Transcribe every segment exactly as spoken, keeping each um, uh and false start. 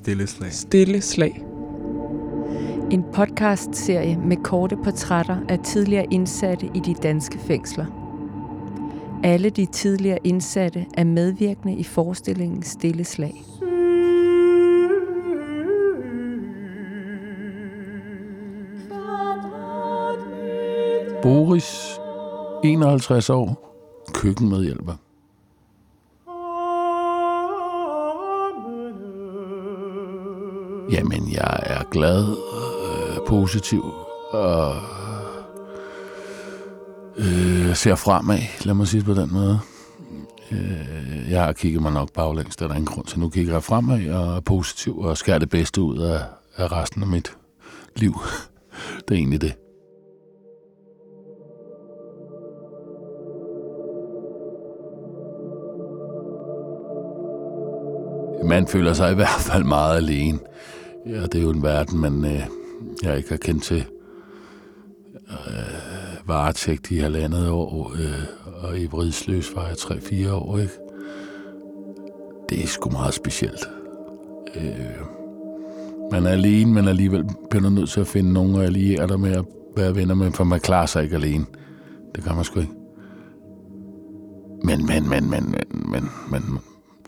Stille slag. Stille slag. En podcastserie med korte portrætter af tidligere indsatte i de danske fængsler. Alle de tidligere indsatte er medvirkende i forestillingen Stille slag. Boris, enoghalvtreds år, køkkenmedhjælper. Jamen, jeg er glad, øh, positiv og øh, ser fremad, lad mig sige på den måde. Øh, jeg har kigget mig nok baglæns, der er der ingen grund til. Nu kigger jeg fremad og er positiv og skærer det bedste ud af, af resten af mit liv. Det er egentlig det. Man føler sig i hvert fald meget alene. Ja, det er jo en verden, man øh, jeg ikke har kendt til. Øh, varetægt i halvandet år, øh, og i Vridsløs var jeg tre-fire år, ikke? Det er sgu meget specielt. Øh, man er alene, men alligevel bliver nødt til at finde nogen, og jeg lige er der med at være venner med, for man klarer sig ikke alene. Det kan man sgu ikke. Men, men, men, men, men, men, men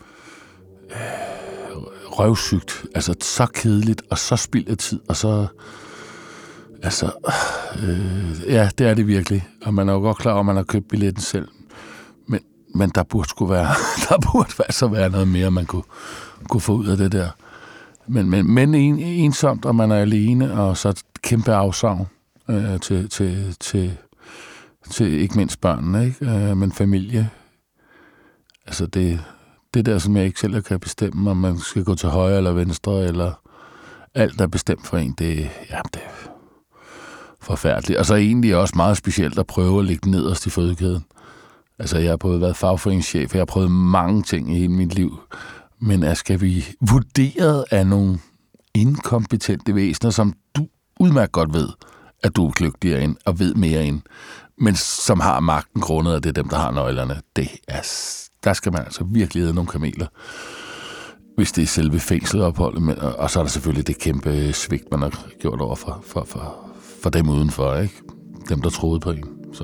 røvsygt, altså så kedeligt, og så spild af tid, og så, altså, øh, ja, det er det virkelig, og man er jo godt klar over, at man har købt billetten selv, men, men der burde sgu være, der burde altså være noget mere, man kunne, kunne få ud af det der, men, men, men en, ensomt, og man er alene, og så et kæmpe afsavn øh, til, til, til, til ikke mindst børnene, ikke? Øh, men familie, altså det Det der, som jeg ikke selv kan bestemme, om man skal gå til højre eller venstre, eller alt, der er bestemt for en, det, ja, det er forfærdeligt. Og så egentlig også meget specielt at prøve at ligge nederst i fødekæden. Altså, jeg har både været fagforeningschef, jeg har prøvet mange ting i hele mit liv, men er, skal vi vurderet af nogle inkompetente væsener, som du udmærket godt ved, at du er kløgtigere end, og ved mere end, men som har magten grundet, at det er dem, der har nøglerne. Det er Der skal man altså virkelig have nogle kameler, hvis det er selve fængselopholdet. Og så er der selvfølgelig det kæmpe svigt, man har gjort over for, for, for, for dem udenfor, ikke? Dem, der troede på en. Så.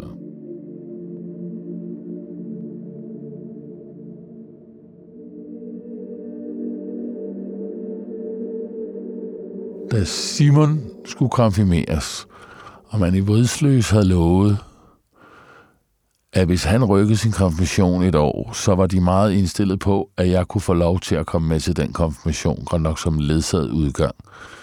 Da Simon skulle konfirmeres, og man i Vridsløs havde lovet, at hvis han rykkede sin konfirmation et år, så var de meget indstillet på, at jeg kunne få lov til at komme med til den konfirmation, godt nok som ledsaget udgang.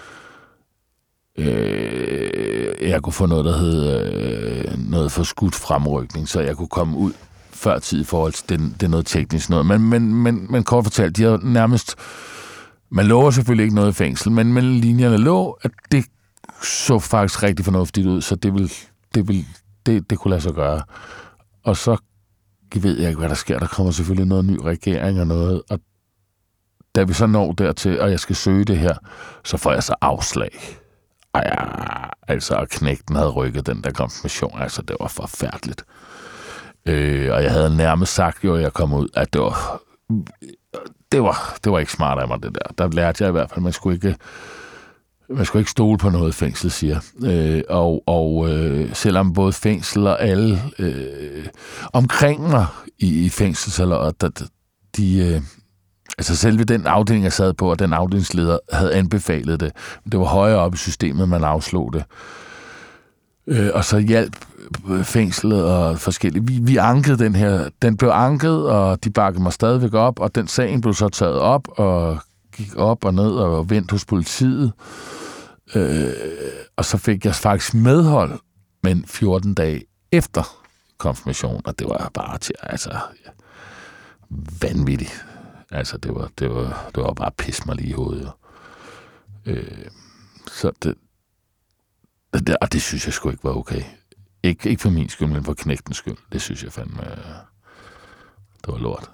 Øh, jeg kunne få noget, der hed øh, noget for skudt fremrykning, så jeg kunne komme ud før tid i forhold til det, det er noget teknisk noget. Men, men, men, men kort fortalt, de har nærmest, man lover selvfølgelig ikke noget i fængsel, men mellem linjerne lå, at det så faktisk rigtig fornuftigt ud, så det, vil, det, vil, det, det kunne lade sig gøre. Og så ved jeg ikke, hvad der sker. Der kommer selvfølgelig noget ny regering og noget. Og da vi så når dertil, og jeg skal søge det her, så får jeg så afslag. Ej, altså, og knægten havde rykket den der konfirmation. Altså, det var forfærdeligt. Øh, og jeg havde nærmest sagt, jo, jeg kom ud, at det var, det var, det var ikke smart af mig, det der. Der lærte jeg i hvert fald, at man skulle ikke... Man skulle ikke stole på noget, fængsel siger. Øh, og og øh, selvom både fængsel og alle øh, omkring mig i, i fængselssaleret, de, de øh, altså selve den afdeling, jeg sad på, og den afdelingsleder havde anbefalet det. Det var højere op i systemet, man afslog det. Øh, og så hjalp fængslet og forskellige. Vi, vi ankede den her. Den blev anket, og de bakkede mig stadigvæk op, og den sagen blev så taget op, og gik op og ned og vendt hos politiet. Øh, og så fik jeg faktisk medhold, men fjorten dage efter konfirmation, og det var bare til, altså, ja, vanvittigt. Altså, det var, det var, det var bare pis mig lige i hovedet. Øh, så det, det, og det synes jeg sgu ikke var okay. Ikke, ikke for min skyld, men for knægtens skyld. Det synes jeg fandme, det var lort.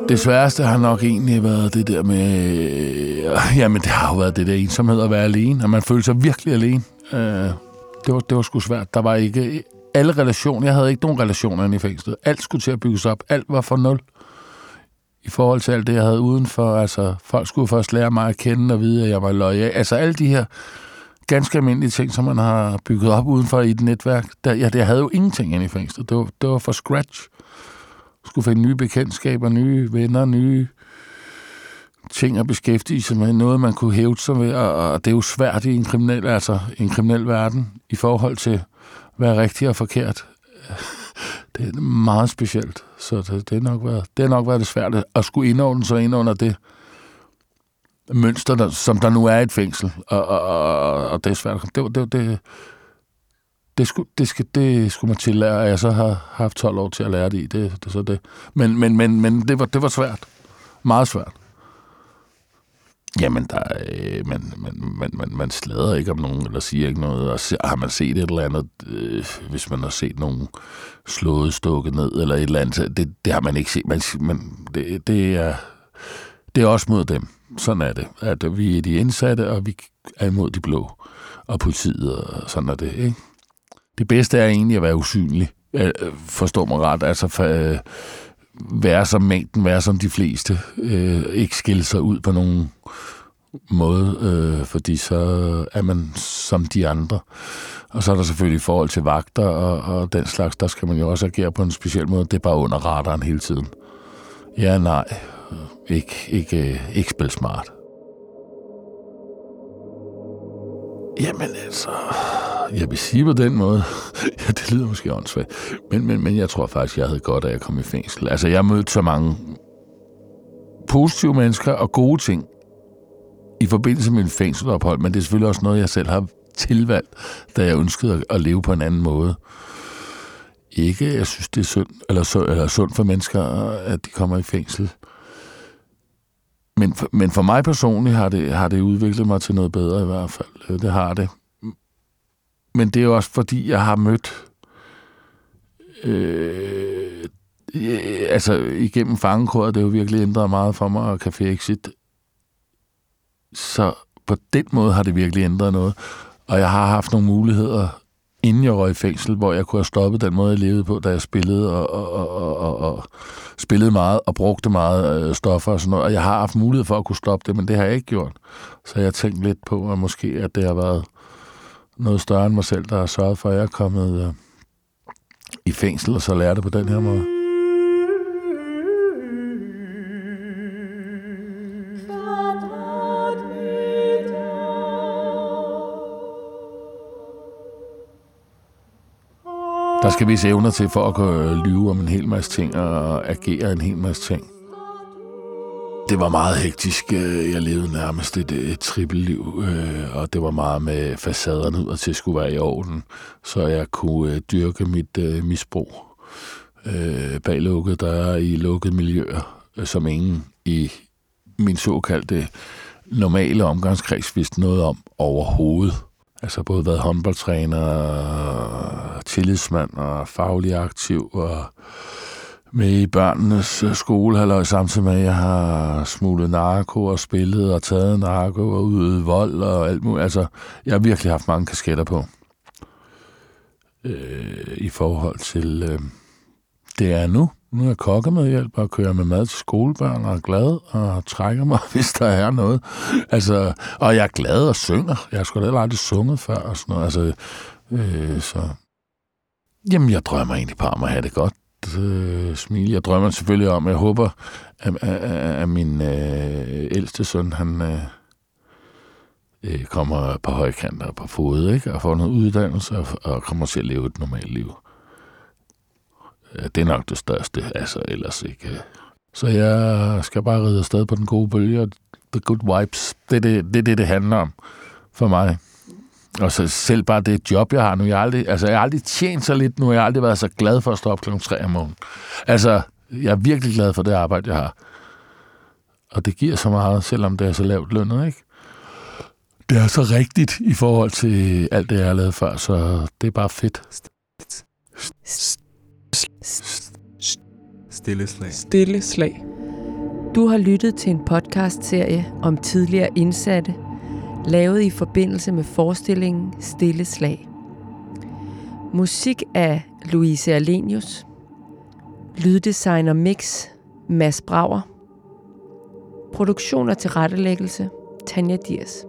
Det sværeste har nok egentlig været det der med... Øh, jamen, det har jo været det der ensomhed at være alene, og man følte sig virkelig alene. Øh, det, var, det var sgu svært. Der var ikke... Alle relationer... Jeg havde ikke nogen relationer inde i fængslet. Alt skulle til at bygges op. Alt var for nul. I forhold til alt det, jeg havde udenfor. Altså, folk skulle først lære mig at kende og vide, at jeg var loyal. Altså, alle de her ganske almindelige ting, som man har bygget op udenfor i et netværk. Der, ja, jeg havde jo ingenting inde i fængslet. Det var, det var for scratch. Skulle finde nye bekendtskaber, nye venner, nye ting at beskæftige sig med, noget man kunne hæve sig ved, og det er jo svært i en kriminel, altså i en kriminel verden, i forhold til hvad er rigtigt og forkert. Det er meget specielt, så det, det er nok været, det er nok været det svært at skulle indordne sig ind under det mønster, der, som der nu er i et fængsel, og, og, og, og det er svært. Det, det, det, Det skulle, det, skal, det skulle man tillære, og jeg så har haft tolv år til at lære det i. Det, det, så det. Men, men, men, men det, var, det var svært. Meget svært. Jamen, der, øh, man, man, man, man, man slader ikke om nogen, eller siger ikke noget. Og har man set et eller andet, øh, hvis man har set nogen slået, stukket ned, eller et eller andet, det, det har man ikke set. Man, man, det, det, er, det er også mod dem. Sådan er det. At vi er de indsatte, og vi er imod de blå. Og politiet, og sådan er det, ikke? Det bedste er egentlig at være usynlig. Forstår mig ret. Altså for, øh, være som mængden, være som de fleste. Øh, ikke skille sig ud på nogen måde, øh, fordi så er man som de andre. Og så er der selvfølgelig i forhold til vagter og, og den slags, der skal man jo også agere på en speciel måde. Det er bare under radaren hele tiden. Ja, nej. Ikke, ikke, ikke spil smart. Jamen altså... Jeg vil sige på den måde, ja, det lyder måske åndssvagt, men, men, men jeg tror faktisk, jeg havde godt af at komme i fængsel. Altså, jeg mødte så mange positive mennesker og gode ting i forbindelse med en fængselsophold, men det er selvfølgelig også noget, jeg selv har tilvalgt, da jeg ønskede at, at leve på en anden måde. Ikke, jeg synes, det er synd, eller, så, eller sundt for mennesker, at de kommer i fængsel. Men for, men for mig personligt har det, har det udviklet mig til noget bedre i hvert fald. Det har det. Men det er også fordi, jeg har mødt, øh, øh, altså igennem fangekoret, det er jo virkelig ændret meget for mig, og Café Exit. Så på den måde har det virkelig ændret noget. Og jeg har haft nogle muligheder, inden jeg røg i fængsel, hvor jeg kunne have stoppet den måde, jeg levede på, da jeg spillede, og, og, og, og, og spillede meget, og brugte meget øh, stoffer og sådan noget. Og jeg har haft mulighed for at kunne stoppe det, men det har jeg ikke gjort. Så jeg tænkte lidt på, at måske at det har været noget større end mig selv, der har sørget for, at jeg er kommet øh, i fængsel, og så lærer det på den her måde. Der skal vise evner til for at kunne lyve om en hel masse ting og agere en hel masse ting. Det var meget hektisk. Jeg levede nærmest et, et trippelliv, og det var meget med facaderne ud til at skulle være i orden, så jeg kunne dyrke mit misbrug bag lukkede døre i lukkede miljøer, som ingen i min såkaldte normale omgangskreds vidste noget om overhovedet. Altså både været håndboldtræner, tillidsmand og faglig aktiv og med i børnenes skole, samtidig med, at jeg har smuglet narko og spillet og taget narko og udøvet vold og alt muligt. Altså, jeg har virkelig haft mange kasketter på øh, i forhold til øh, det er nu. Nu er jeg kokkemedhjælp og kører med mad til skolebørn og er glad og trækker mig, hvis der er noget. Altså, og jeg er glad og synger. Jeg har sgu da aldrig sunget før og sådan noget. Altså, øh, så... Jamen, jeg drømmer egentlig bare om at have det godt. Øh, smil. Jeg drømmer selvfølgelig om, jeg håber, at, at, at min øh, ældste søn, han øh, øh, kommer på højkant og på fod, ikke? Og får noget uddannelse og, og kommer til at leve et normalt liv. Det er nok det største, altså ellers ikke. Så jeg skal bare ride afsted på den gode bølge, og the good vibes. Det er det, det, det, det handler om for mig. Og så selv bare det job, jeg har nu. Jeg har aldrig, altså, jeg har aldrig tjent så lidt nu. Jeg har aldrig været så glad for at stå op klokken tre om morgenen. Altså, jeg er virkelig glad for det arbejde, jeg har. Og det giver så meget, selvom det er så lavt lønnet, ikke? Det er så rigtigt i forhold til alt det, jeg har lavet før, så det er bare fedt. Stille slag. Stille slag. Du har lyttet til en podcastserie om tidligere indsatte, lavet i forbindelse med forestillingen Stille Slag. Musik af Louise Arlenius. Lyddesigner mix Mads Brauer. Produktion og tilrettelæggelse Tanja Diers.